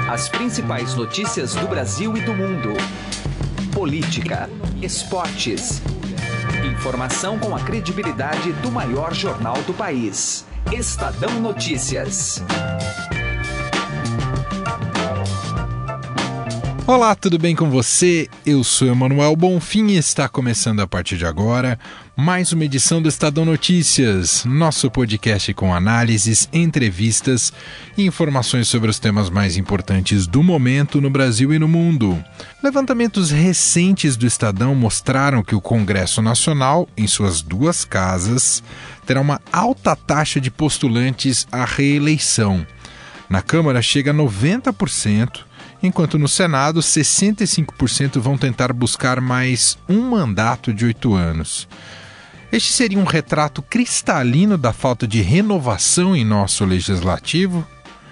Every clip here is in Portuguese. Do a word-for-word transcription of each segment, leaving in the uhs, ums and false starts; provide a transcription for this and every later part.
As principais notícias do Brasil e do mundo. Política, esportes. Informação com a credibilidade do maior jornal do país. Estadão Notícias. Olá, tudo bem com você? Eu sou Emanuel Bonfim e está começando a partir de agora mais uma edição do Estadão Notícias, nosso podcast com análises, entrevistas e informações sobre os temas mais importantes do momento no Brasil e no mundo. Levantamentos recentes do Estadão mostraram que o Congresso Nacional, em suas duas casas, terá uma alta taxa de postulantes à reeleição. Na Câmara chega a noventa por cento, enquanto no Senado, sessenta e cinco por cento vão tentar buscar mais um mandato de oito anos. Este seria um retrato cristalino da falta de renovação em nosso legislativo?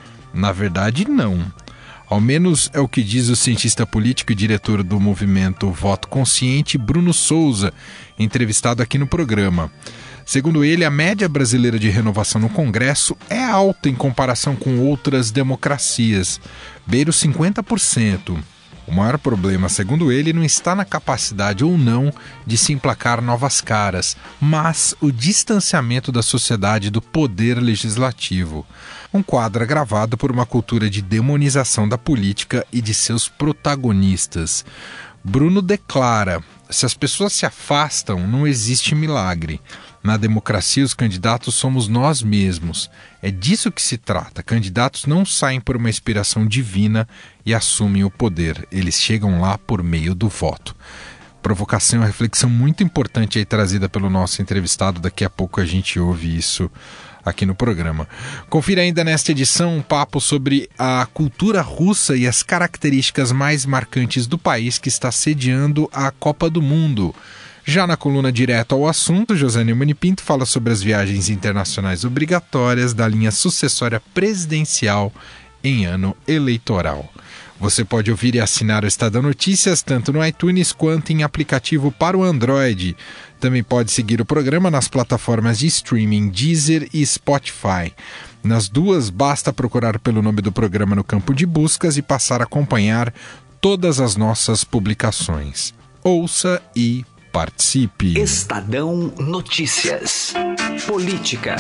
Na verdade, não. Ao menos é o que diz o cientista político e diretor do movimento Voto Consciente, Bruno Souza, entrevistado aqui no programa. Segundo ele, a média brasileira de renovação no Congresso é alta em comparação com outras democracias, beira os cinquenta por cento. O maior problema, segundo ele, não está na capacidade ou não de se emplacar novas caras, mas o distanciamento da sociedade do poder legislativo. Um quadro agravado por uma cultura de demonização da política e de seus protagonistas. Bruno declara: se as pessoas se afastam, não existe milagre. Na democracia, os candidatos somos nós mesmos. É disso que se trata. Candidatos não saem por uma inspiração divina e assumem o poder. Eles chegam lá por meio do voto. Provocação e reflexão muito importante aí trazida pelo nosso entrevistado. Daqui a pouco a gente ouve isso aqui no programa. Confira ainda nesta edição um papo sobre a cultura russa e as características mais marcantes do país que está sediando a Copa do Mundo. Já na coluna Direto ao Assunto, José Neumann e Pinto fala sobre as viagens internacionais obrigatórias da linha sucessória presidencial em ano eleitoral. Você pode ouvir e assinar o Estadão Notícias tanto no iTunes quanto em aplicativo para o Android. Também pode seguir o programa nas plataformas de streaming Deezer e Spotify. Nas duas, basta procurar pelo nome do programa no campo de buscas e passar a acompanhar todas as nossas publicações. Ouça e participe. Estadão Notícias. Política.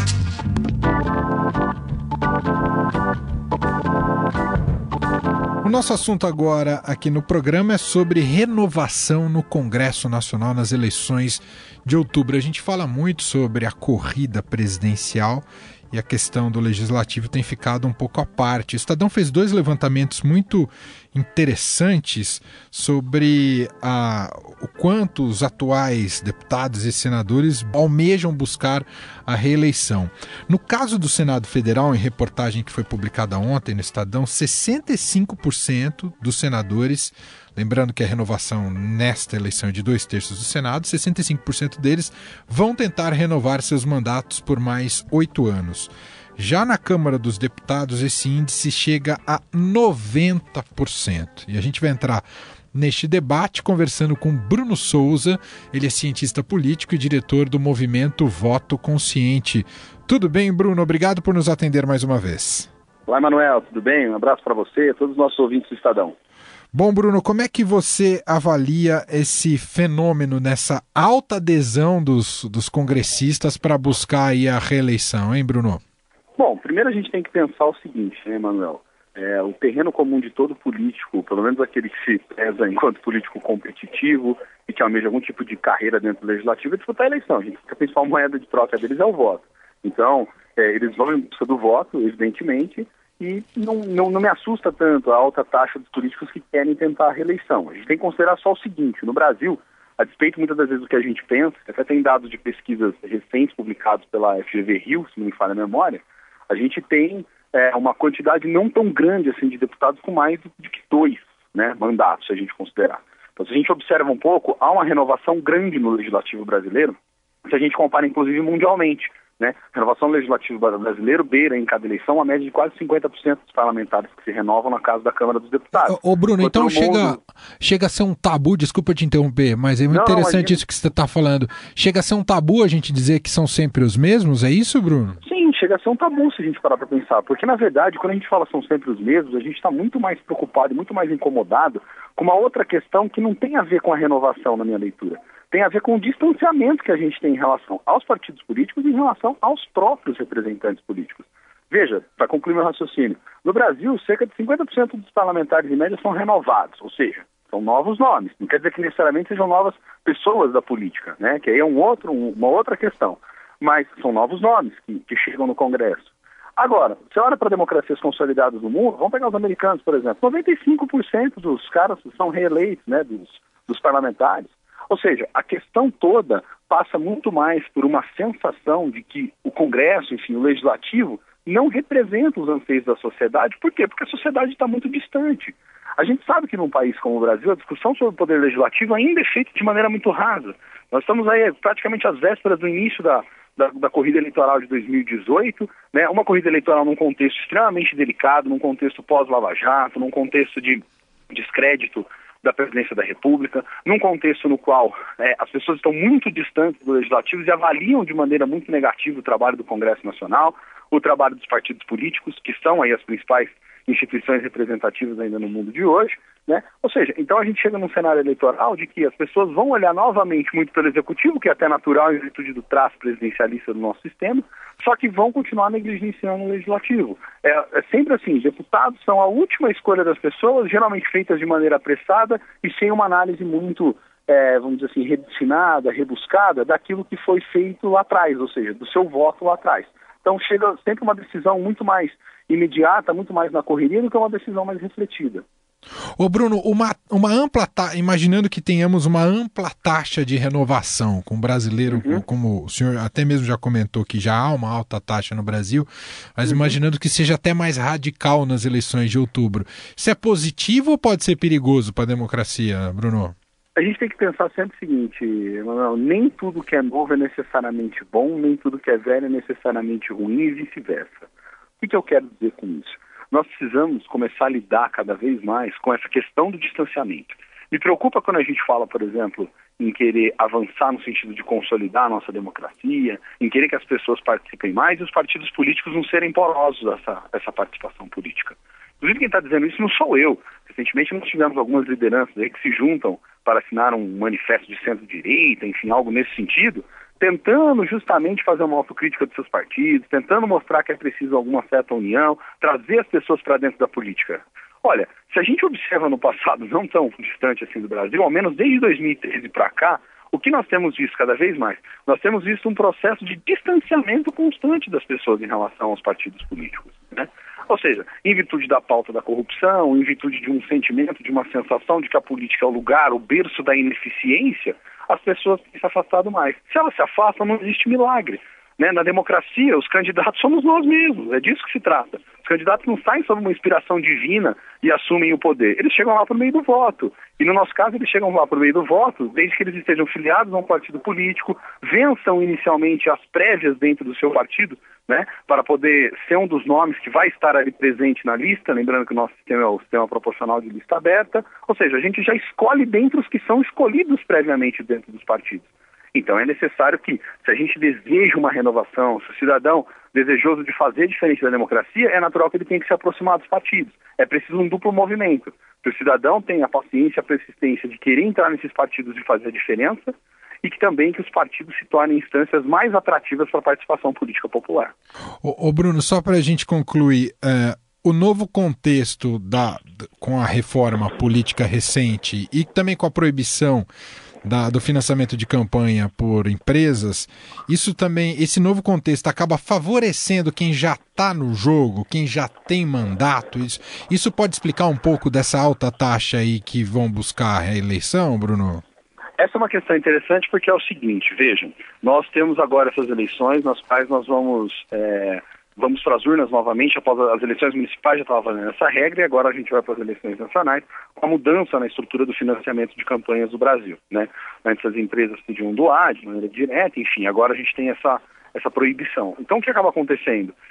O nosso assunto agora aqui no programa é sobre renovação no Congresso Nacional nas eleições de outubro. A gente fala muito sobre a corrida presidencial e a questão do legislativo tem ficado um pouco à parte. O Estadão fez dois levantamentos muito interessantes sobre a, o quanto os atuais deputados e senadores almejam buscar a reeleição. No caso do Senado Federal, em reportagem que foi publicada ontem no Estadão, sessenta e cinco por cento dos senadores, lembrando que a renovação nesta eleição é de dois terços do Senado, sessenta e cinco por cento deles vão tentar renovar seus mandatos por mais oito anos. Já na Câmara dos Deputados, esse índice chega a noventa por cento. E a gente vai entrar neste debate conversando com Bruno Souza. Ele é cientista político e diretor do movimento Voto Consciente. Tudo bem, Bruno? Obrigado por nos atender mais uma vez. Olá, Emanuel. Tudo bem? Um abraço para você e a todos os nossos ouvintes do Estadão. Bom, Bruno, como é que você avalia esse fenômeno, nessa alta adesão dos, dos congressistas para buscar aí a reeleição, hein, Bruno? Bom, primeiro a gente tem que pensar o seguinte, né, Manuel? É, o terreno comum de todo político, pelo menos aquele que se pesa enquanto político competitivo e que almeja algum tipo de carreira dentro do legislativo, é disputar a eleição. A gente a principal moeda de troca deles é o voto. Então, é, eles vão em busca do voto, evidentemente, e não, não, não me assusta tanto a alta taxa dos políticos que querem tentar a reeleição. A gente tem que considerar só o seguinte: no Brasil, a despeito muitas das vezes do que a gente pensa, até tem dados de pesquisas recentes publicados pela F G V Rio, se não me falha a memória, a gente tem é, uma quantidade não tão grande assim de deputados com mais do que dois, né, mandatos, se a gente considerar. Então, se a gente observa um pouco, há uma renovação grande no legislativo brasileiro, se a gente compara inclusive mundialmente, né? A renovação legislativa brasileira beira em cada eleição a média de quase cinquenta por cento dos parlamentares que se renovam na casa da Câmara dos Deputados. Ô, Bruno, Enquanto então chega, mundo... chega a ser um tabu, desculpa te interromper, mas é muito Não, interessante imagina. isso que você está falando. Chega a ser um tabu a gente dizer que são sempre os mesmos, é isso, Bruno? Sim, sim, chega a ser um tabu se a gente parar para pensar, porque na verdade, quando a gente fala são sempre os mesmos, a gente está muito mais preocupado, muito mais incomodado com uma outra questão que não tem a ver com a renovação na minha leitura. Tem a ver com o distanciamento que a gente tem em relação aos partidos políticos e em relação aos próprios representantes políticos. Veja, para concluir meu raciocínio, no Brasil, cerca de cinquenta por cento dos parlamentares em média são renovados, ou seja, são novos nomes. Não quer dizer que necessariamente sejam novas pessoas da política, né? Que aí é um outro, uma outra questão. Mas são novos nomes que, que chegam no Congresso. Agora, você olha para democracias consolidadas do mundo, vamos pegar os americanos, por exemplo, noventa e cinco por cento dos caras são reeleitos, né, dos, dos parlamentares. Ou seja, a questão toda passa muito mais por uma sensação de que o Congresso, enfim, o Legislativo, não representa os anseios da sociedade. Por quê? Porque a sociedade está muito distante. A gente sabe que num país como o Brasil, a discussão sobre o poder legislativo ainda é feita de maneira muito rasa. Nós estamos aí praticamente às vésperas do início da, da, da corrida eleitoral de dois mil e dezoito, né? Uma corrida eleitoral num contexto extremamente delicado, num contexto pós-Lava Jato, num contexto de descrédito da presidência da República, num contexto no qual é, as pessoas estão muito distantes do legislativo e avaliam de maneira muito negativa o trabalho do Congresso Nacional, o trabalho dos partidos políticos, que são aí as principais instituições representativas ainda no mundo de hoje, né? Ou seja, então a gente chega num cenário eleitoral de que as pessoas vão olhar novamente muito pelo executivo, que é até natural em virtude do traço presidencialista do nosso sistema, só que vão continuar negligenciando o legislativo. É, é sempre assim, deputados são a última escolha das pessoas, geralmente feitas de maneira apressada e sem uma análise muito, é, vamos dizer assim, refinada, rebuscada daquilo que foi feito lá atrás, ou seja, do seu voto lá atrás. Então chega sempre uma decisão muito mais imediata, muito mais na correria do que uma decisão mais refletida. Ô Bruno, uma, uma ampla ta... imaginando que tenhamos uma ampla taxa de renovação com o brasileiro, uhum. como o senhor até mesmo já comentou que já há uma alta taxa no Brasil, mas uhum. imaginando que seja até mais radical nas eleições de outubro. Isso é positivo ou pode ser perigoso para a democracia, Bruno? A gente tem que pensar sempre o seguinte, Emanuel, nem tudo que é novo é necessariamente bom, nem tudo que é velho é necessariamente ruim e vice-versa. O que, que eu quero dizer com isso? Nós precisamos começar a lidar cada vez mais com essa questão do distanciamento. Me preocupa quando a gente fala, por exemplo, em querer avançar no sentido de consolidar a nossa democracia, em querer que as pessoas participem mais e os partidos políticos não serem porosos dessa, dessa participação política. Inclusive quem está dizendo isso não sou eu. Recentemente nós tivemos algumas lideranças aí que se juntam para assinar um manifesto de centro-direita, enfim, algo nesse sentido, tentando justamente fazer uma autocrítica dos seus partidos, tentando mostrar que é preciso alguma certa união, trazer as pessoas para dentro da política. Olha, se a gente observa no passado, não tão distante assim do Brasil, ao menos desde dois mil e treze para cá, o que nós temos visto cada vez mais? Nós temos visto um processo de distanciamento constante das pessoas em relação aos partidos políticos, né? Ou seja, em virtude da pauta da corrupção, em virtude de um sentimento, de uma sensação de que a política é o lugar, o berço da ineficiência, as pessoas têm se afastado mais. Se elas se afastam, não existe milagre, né? Na democracia, os candidatos somos nós mesmos, é disso que se trata. Os candidatos não saem sob uma inspiração divina e assumem o poder. Eles chegam lá por meio do voto. E no nosso caso, eles chegam lá por meio do voto, desde que eles estejam filiados a um partido político, vençam inicialmente as prévias dentro do seu partido, né, para poder ser um dos nomes que vai estar ali presente na lista, lembrando que o nosso sistema é o sistema proporcional de lista aberta, ou seja, a gente já escolhe dentre os que são escolhidos previamente dentro dos partidos. Então é necessário que, se a gente deseja uma renovação, se o cidadão desejoso de fazer diferente da democracia, é natural que ele tenha que se aproximar dos partidos. É preciso um duplo movimento. Que o cidadão tenha a paciência, a persistência de querer entrar nesses partidos e fazer a diferença, e que também que os partidos se tornem instâncias mais atrativas para a participação política popular. Ô, ô Bruno, só para a gente concluir, é, o novo contexto da, com a reforma política recente e também com a proibição Da, do financiamento de campanha por empresas, isso também, esse novo contexto acaba favorecendo quem já está no jogo, quem já tem mandato. Isso, isso pode explicar um pouco dessa alta taxa aí que vão buscar a reeleição, Bruno? Essa é uma questão interessante porque é o seguinte, vejam, nós temos agora essas eleições nas quais nós vamos... É... Vamos para as urnas novamente, após as eleições municipais já estava valendo essa regra, e agora a gente vai para as eleições nacionais, com a mudança na estrutura do financiamento de campanhas do Brasil, né? Antes as empresas podiam doar de maneira direta, enfim, agora a gente tem essa, essa proibição. Então o que acaba acontecendo?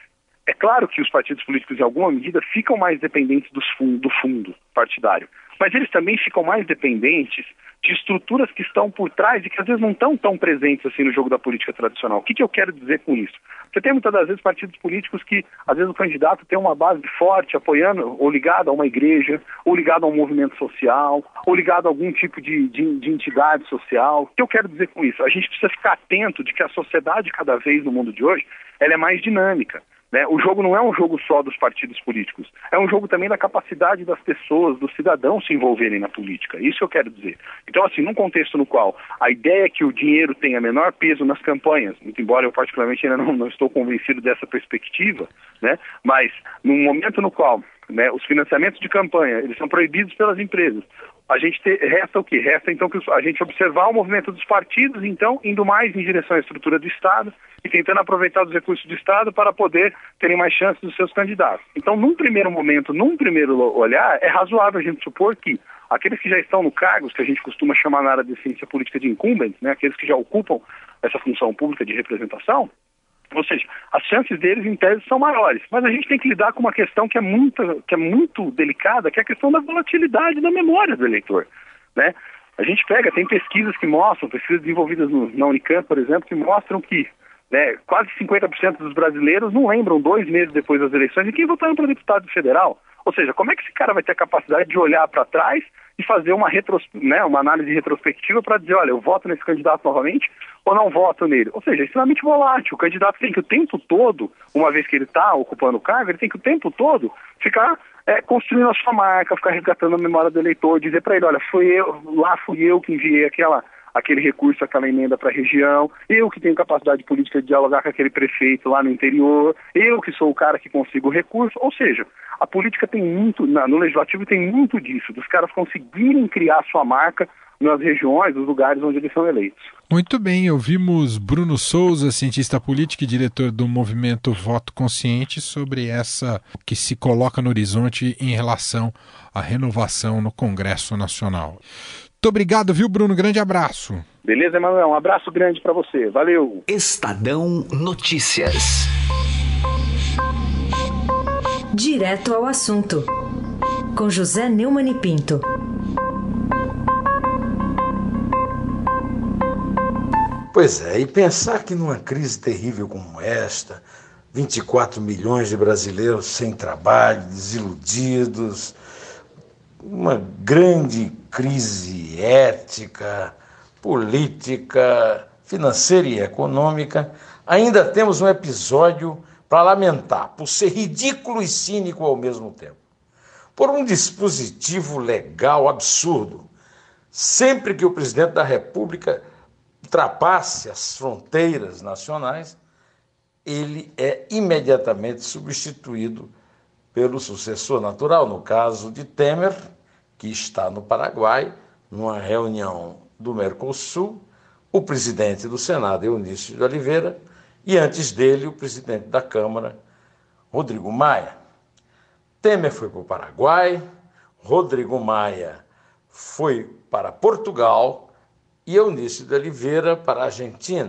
É claro que os partidos políticos, em alguma medida, ficam mais dependentes dos fun- do fundo partidário, mas eles também ficam mais dependentes de estruturas que estão por trás e que às vezes não estão tão presentes assim no jogo da política tradicional. O que, que eu quero dizer com isso? Você tem muitas das vezes partidos políticos que às vezes o candidato tem uma base forte apoiando ou ligado a uma igreja, ou ligado a um movimento social, ou ligado a algum tipo de, de, de entidade social. O que eu quero dizer com isso? A gente precisa ficar atento de que a sociedade cada vez no mundo de hoje ela é mais dinâmica. Né? O jogo não é um jogo só dos partidos políticos, é um jogo também da capacidade das pessoas, dos cidadãos se envolverem na política, isso eu quero dizer. Então assim, num contexto no qual a ideia é que o dinheiro tenha menor peso nas campanhas, muito embora eu particularmente ainda não, não estou convencido dessa perspectiva, né? Mas num momento no qual, né, os financiamentos de campanha eles são proibidos pelas empresas, a gente ter, resta o quê? Resta então que a gente observar o movimento dos partidos, então indo mais em direção à estrutura do Estado e tentando aproveitar os recursos do Estado para poder terem mais chances dos seus candidatos. Então, num primeiro momento, num primeiro olhar, é razoável a gente supor que aqueles que já estão no cargos, que a gente costuma chamar na área de ciência política de incumbents, né, aqueles que já ocupam essa função pública de representação, ou seja, as chances deles em tese são maiores, mas a gente tem que lidar com uma questão que é muito, que é muito delicada, que é a questão da volatilidade da memória do eleitor, né? A gente pega, tem pesquisas que mostram, pesquisas desenvolvidas no, na Unicamp, por exemplo, que mostram que, né, quase cinquenta por cento dos brasileiros não lembram dois meses depois das eleições de quem votaram para deputado federal. Ou seja, como é que esse cara vai ter a capacidade de olhar para trás e fazer uma, retros, né, uma análise retrospectiva para dizer, olha, eu voto nesse candidato novamente ou não voto nele? Ou seja, é extremamente volátil. O candidato tem que o tempo todo, uma vez que ele está ocupando o cargo, ele tem que o tempo todo ficar é, construindo a sua marca, ficar resgatando a memória do eleitor, dizer para ele, olha, fui eu, lá fui eu que enviei aquela... aquele recurso, aquela emenda para a região, eu que tenho capacidade política de dialogar com aquele prefeito lá no interior, eu que sou o cara que consigo o recurso, ou seja, a política tem muito, no legislativo tem muito disso, dos caras conseguirem criar sua marca nas regiões, nos lugares onde eles são eleitos. Muito bem, ouvimos Bruno Souza, cientista político e diretor do movimento Voto Consciente, sobre essa que se coloca no horizonte em relação à renovação no Congresso Nacional. Muito obrigado, viu, Bruno? Grande abraço. Beleza, Emanuel? Um abraço grande para você. Valeu. Estadão Notícias. Direto ao assunto, com José Neumann e Pinto. Pois é, e pensar que numa crise terrível como esta, vinte e quatro milhões de brasileiros sem trabalho, desiludidos, uma grande crise ética, política, financeira e econômica, ainda temos um episódio para lamentar, por ser ridículo e cínico ao mesmo tempo. Por um dispositivo legal absurdo. Sempre que o presidente da República ultrapasse as fronteiras nacionais, ele é imediatamente substituído pelo sucessor natural, no caso de Temer, que está no Paraguai, numa reunião do Mercosul, o presidente do Senado, Eunício de Oliveira, e antes dele, o presidente da Câmara, Rodrigo Maia. Temer foi para o Paraguai, Rodrigo Maia foi para Portugal e Eunício de Oliveira para a Argentina.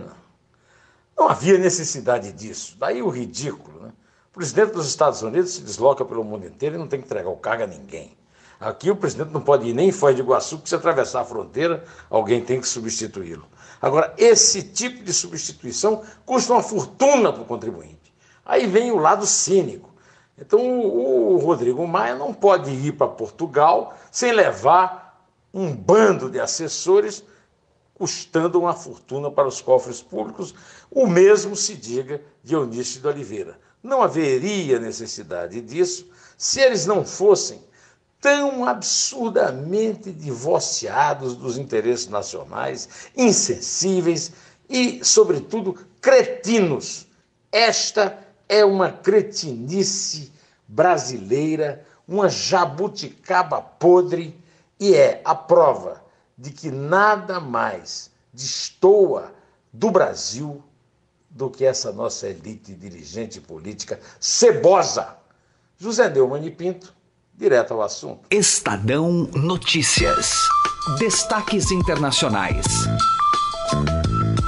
Não havia necessidade disso, daí o ridículo, né? O presidente dos Estados Unidos se desloca pelo mundo inteiro e não tem que entregar o cargo a ninguém. Aqui o presidente não pode ir nem em Foz do Iguaçu, porque se atravessar a fronteira, alguém tem que substituí-lo. Agora, esse tipo de substituição custa uma fortuna para o contribuinte. Aí vem o lado cínico. Então, o Rodrigo Maia não pode ir para Portugal sem levar um bando de assessores, custando uma fortuna para os cofres públicos. O mesmo se diga de Eunício de Oliveira. Não haveria necessidade disso se eles não fossem tão absurdamente divorciados dos interesses nacionais, insensíveis e, sobretudo, cretinos. Esta é uma cretinice brasileira, uma jabuticaba podre, e é a prova de que nada mais destoa do Brasil do que essa nossa elite dirigente política cebosa. José Neumann e Pinto, direto ao assunto. Estadão Notícias. Destaques internacionais.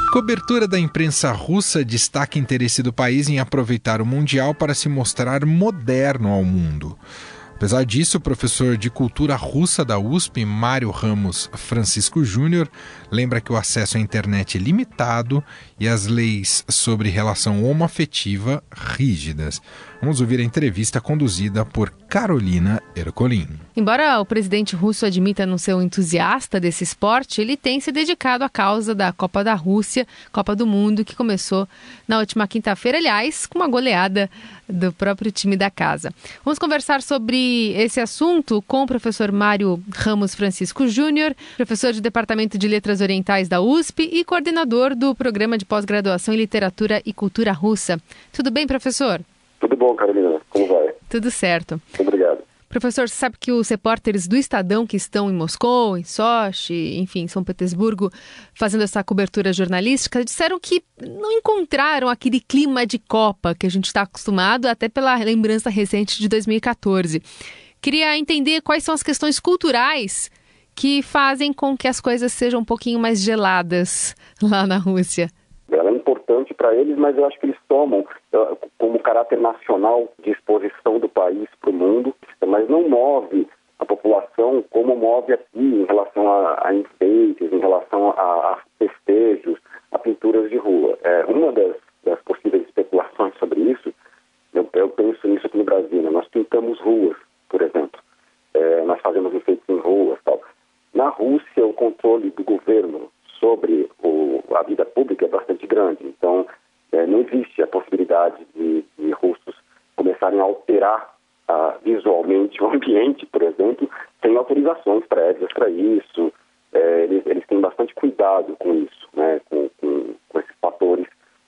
Cobertura da imprensa russa destaca interesse do país em aproveitar o Mundial para se mostrar moderno ao mundo. Apesar disso, o professor de cultura russa da U S P, Mário Ramos Francisco Júnior, lembra que o acesso à internet é limitado e as leis sobre relação homoafetiva rígidas. Vamos ouvir a entrevista conduzida por Carolina Ercolim. Embora o presidente russo admita não ser um entusiasta desse esporte, ele tem se dedicado à causa da Copa da Rússia, Copa do Mundo, que começou na última quinta-feira, aliás, com uma goleada do próprio time da casa. Vamos conversar sobre esse assunto com o professor Mário Ramos Francisco Júnior, professor do Departamento de Letras Orientais da U S P e coordenador do Programa de Pós-Graduação em Literatura e Cultura Russa. Tudo bem, professor? Tudo bom, Carolina. Como vai? Tudo certo. Obrigado. Professor, você sabe que os repórteres do Estadão que estão em Moscou, em Sochi, enfim, em São Petersburgo, fazendo essa cobertura jornalística, disseram que não encontraram aquele clima de Copa que a gente está acostumado, até pela lembrança recente de dois mil e catorze. Queria entender quais são as questões culturais que fazem com que as coisas sejam um pouquinho mais geladas lá na Rússia. Ela é importante para eles, mas eu acho que eles tomam uh, como caráter nacional de exposição do país para o mundo, mas não move a população como move aqui em relação a, a enfeites, em relação a, a festejos, a pinturas de rua. É, uma das, das possíveis especulações sobre isso, eu, eu penso nisso aqui no Brasil, né? Nós pintamos ruas, por exemplo. É, nós fazemos enfeites em ruas e tal. Na Rússia, o controle do governo sobre o, a vida pública é bastante grande. Então, é, não existe a possibilidade de, de russos começarem a alterar ah, visualmente o ambiente, por exemplo, sem autorizações prévias para isso. É, eles, eles têm bastante cuidado com isso, né, com, com, com esses fatores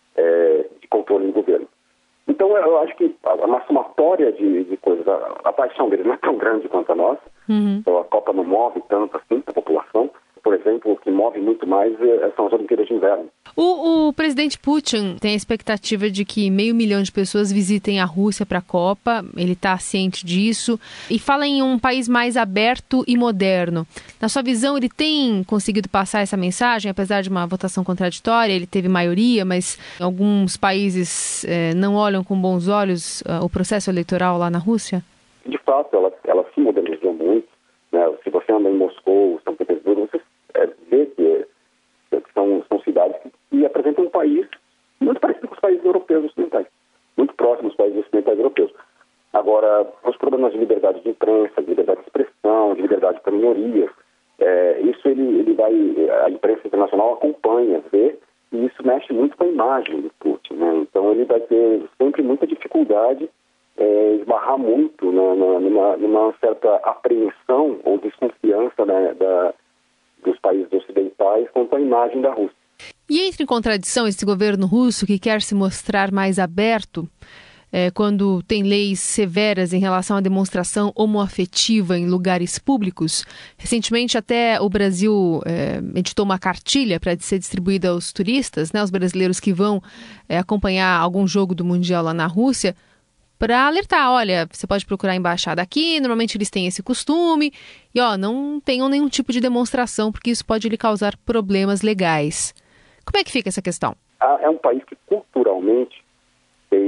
é, de controle do governo. Então, eu acho que uma somatória de, de coisas, a, a paixão deles não é tão grande quanto a nossa. Uhum. Então, a Copa não move tanto assim a população. Por exemplo, o que move muito mais são as Olimpíadas de Inverno. O, o presidente Putin tem a expectativa de que meio milhão de pessoas visitem a Rússia para a Copa. Ele está ciente disso e fala em um país mais aberto e moderno. Na sua visão, ele tem conseguido passar essa mensagem? Apesar de uma votação contraditória, ele teve maioria, mas alguns países eh, não olham com bons olhos uh, o processo eleitoral lá na Rússia? De fato, ela, ela se modernizou muito, né? Se você anda em Moscou, São Petersburgo, você é, vê que, que são, são cidades que, que apresentam um país muito parecido com os países europeus ocidentais, muito próximo dos países ocidentais europeus. Agora, os problemas de liberdade de imprensa, de liberdade de expressão, de liberdade para minorias, é, isso ele, ele vai, a imprensa internacional acompanha, vê, e isso mexe muito com a imagem do Putin, né? Então ele vai ter sempre muita dificuldade, é, esbarrar muito na, na, numa, numa certa apreensão ou desconfiança, né, da dos países ocidentais quanto à imagem da Rússia. E entra em contradição esse governo russo que quer se mostrar mais aberto é, quando tem leis severas em relação à demonstração homoafetiva em lugares públicos? Recentemente até o Brasil é, editou uma cartilha para ser distribuída aos turistas, né, os brasileiros que vão é, acompanhar algum jogo do Mundial lá na Rússia, para alertar, olha, você pode procurar a embaixada aqui, normalmente eles têm esse costume, e ó, não tenham nenhum tipo de demonstração, porque isso pode lhe causar problemas legais. Como é que fica essa questão? É um país que culturalmente tem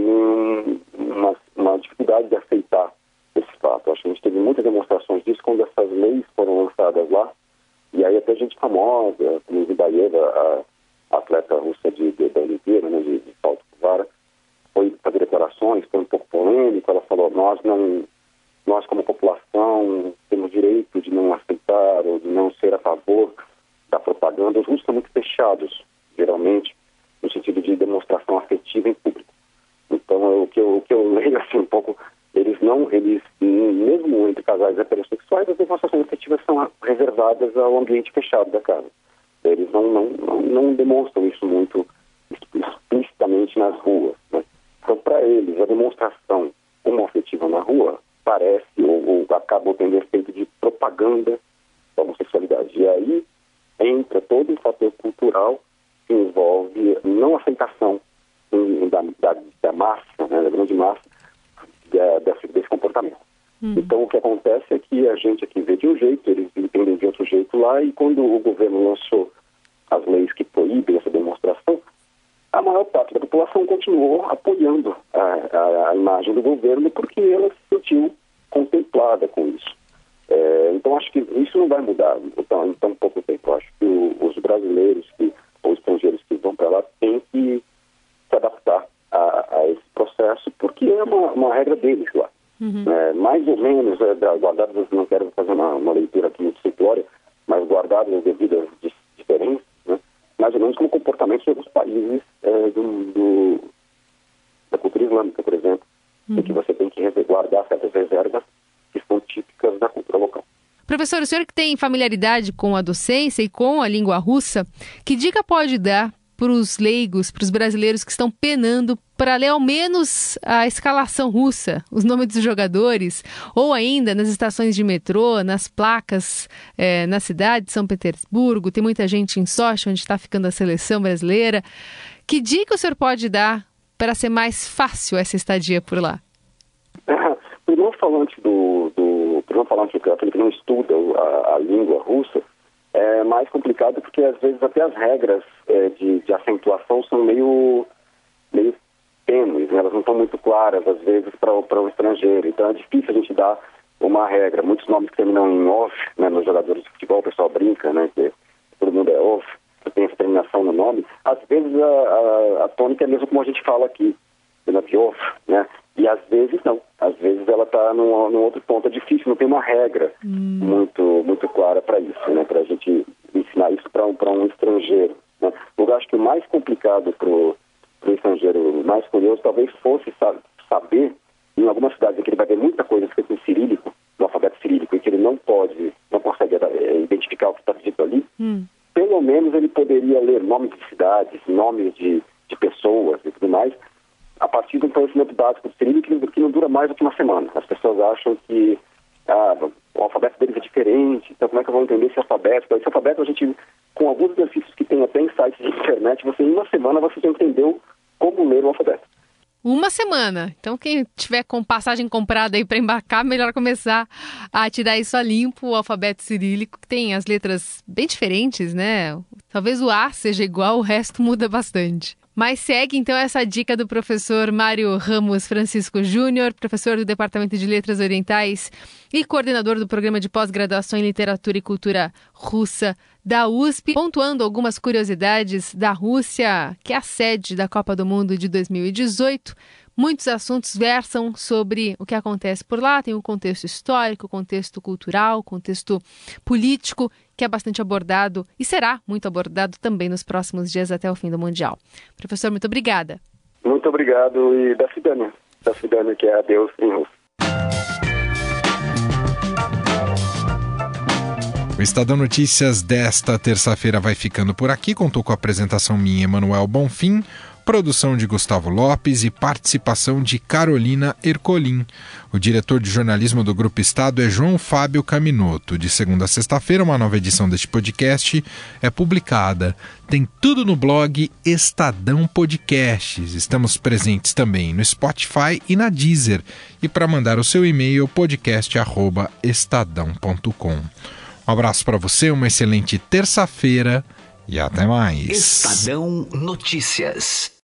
uma, uma dificuldade de aceitar esse fato. Acho que a gente teve muitas demonstrações disso quando essas leis foram lançadas lá, e aí até gente famosa, como Zidaeva, a atleta russa de, de, da Olimpíada, né, de, de salto com vara, foi fazer declarações, foi um pouco polêmico. Ela falou, nós não, nós como população temos direito de não aceitar ou de não ser a favor da propaganda. Os russos são muito fechados, geralmente, no sentido de demonstração afetiva em público. Então, o que eu, o que eu leio assim um pouco, eles não, eles, mesmo entre casais heterossexuais, as demonstrações afetivas são reservadas ao ambiente fechado da casa. Eles não, não, não, não demonstram isso muito explicitamente nas ruas, né? Então, para eles, a demonstração homoafetiva na rua parece ou, ou acaba tendo efeito de propaganda da homossexualidade. E aí entra todo um fator cultural que envolve não aceitação em, da, da, da massa, né, da grande massa, da, desse, desse comportamento. Hum. Então, o que acontece é que a gente aqui vê de um jeito, eles entendem de outro jeito lá, e quando o governo lançou as leis que proíbem essa demonstração, a maior parte da população continuou apoiando a, a, a imagem do governo porque ela se sentiu contemplada com isso. É, então, acho que isso não vai mudar então, em tão pouco tempo. Acho que o, os brasileiros que, ou estrangeiros que vão para lá têm que se adaptar a, a esse processo, porque é uma, uma regra deles lá. Uhum. É, mais ou menos, é, guardadas, não quero fazer uma, uma leitura aqui muito simplória, mas guardadas as devidas diferenças, né, mais ou menos como comportamento de outros países é, do, do, da cultura islâmica, por exemplo, uhum. em que você tem que guardar certas reservas que são típicas da cultura local. Professor, o senhor que tem familiaridade com a docência e com a língua russa, que dica pode dar para os leigos, para os brasileiros que estão penando para ler ao menos a escalação russa, os nomes dos jogadores, ou ainda nas estações de metrô, nas placas é, na cidade de São Petersburgo, tem muita gente em Sochi, onde está ficando a seleção brasileira. Que dica o senhor pode dar para ser mais fácil essa estadia por lá? Para o não falante do, do para o não falante aquele que não estuda a, a língua russa, é mais complicado porque às vezes até as regras é, de, de acentuação são meio, meio tênues, né? Elas não estão muito claras às vezes para o estrangeiro. Então é difícil a gente dar uma regra. Muitos nomes que terminam em off, né, nos jogadores de futebol, o pessoal brinca, né, que todo mundo é off, tem essa terminação no nome. Às vezes a, a, a tônica é mesmo como a gente fala aqui, off, né? E às vezes não. Às vezes ela está num, num outro ponto. É difícil, não tem uma regra hum. muito, muito clara para isso, né? Para a gente ensinar isso para um, para um estrangeiro. Né? Eu acho que o mais complicado para o estrangeiro, mais curioso, talvez fosse sabe, saber, em algumas cidades em que ele vai ver muita coisa escrita em cirílico, no alfabeto cirílico, e que ele não pode, não consegue é, identificar o que está dito ali, hum. pelo menos ele poderia ler nomes de cidades, nomes de, de pessoas e tudo mais, a partir do conhecimento básico do cirílico que, que não dura mais do que uma semana. As pessoas acham que ah, o alfabeto deles é diferente, então como é que eu vou entender esse alfabeto? Então, esse alfabeto a gente, com alguns exercícios que tem até em sites de internet, você em uma semana você já entendeu como ler o alfabeto. Uma semana. Então quem tiver com passagem comprada aí para embarcar, melhor começar a tirar isso a limpo, o alfabeto cirílico, que tem as letras bem diferentes, né? Talvez o A seja igual, o resto muda bastante. Mas segue, então, essa dica do professor Mário Ramos Francisco Júnior, professor do Departamento de Letras Orientais e coordenador do Programa de Pós-Graduação em Literatura e Cultura Russa da U S P, pontuando algumas curiosidades da Rússia, que é a sede da Copa do Mundo de dois mil e dezoito. Muitos assuntos versam sobre o que acontece por lá, tem o contexto histórico, o contexto cultural, o contexto político, que é bastante abordado e será muito abordado também nos próximos dias até o fim do Mundial. Professor, muito obrigada. Muito obrigado e da Cidânia, da Cidânia que é adeus em russo. O Estadão Notícias desta terça-feira vai ficando por aqui. Contou com a apresentação minha, Emanuel Bonfim, produção de Gustavo Lopes e participação de Carolina Ercolim. O diretor de jornalismo do Grupo Estado é João Fábio Caminoto. De segunda a sexta-feira, uma nova edição deste podcast é publicada. Tem tudo no blog Estadão Podcasts. Estamos presentes também no Spotify e na Deezer. E para mandar o seu e-mail, podcast arroba estadão ponto com. Um abraço para você, uma excelente terça-feira e até mais. Estadão Notícias.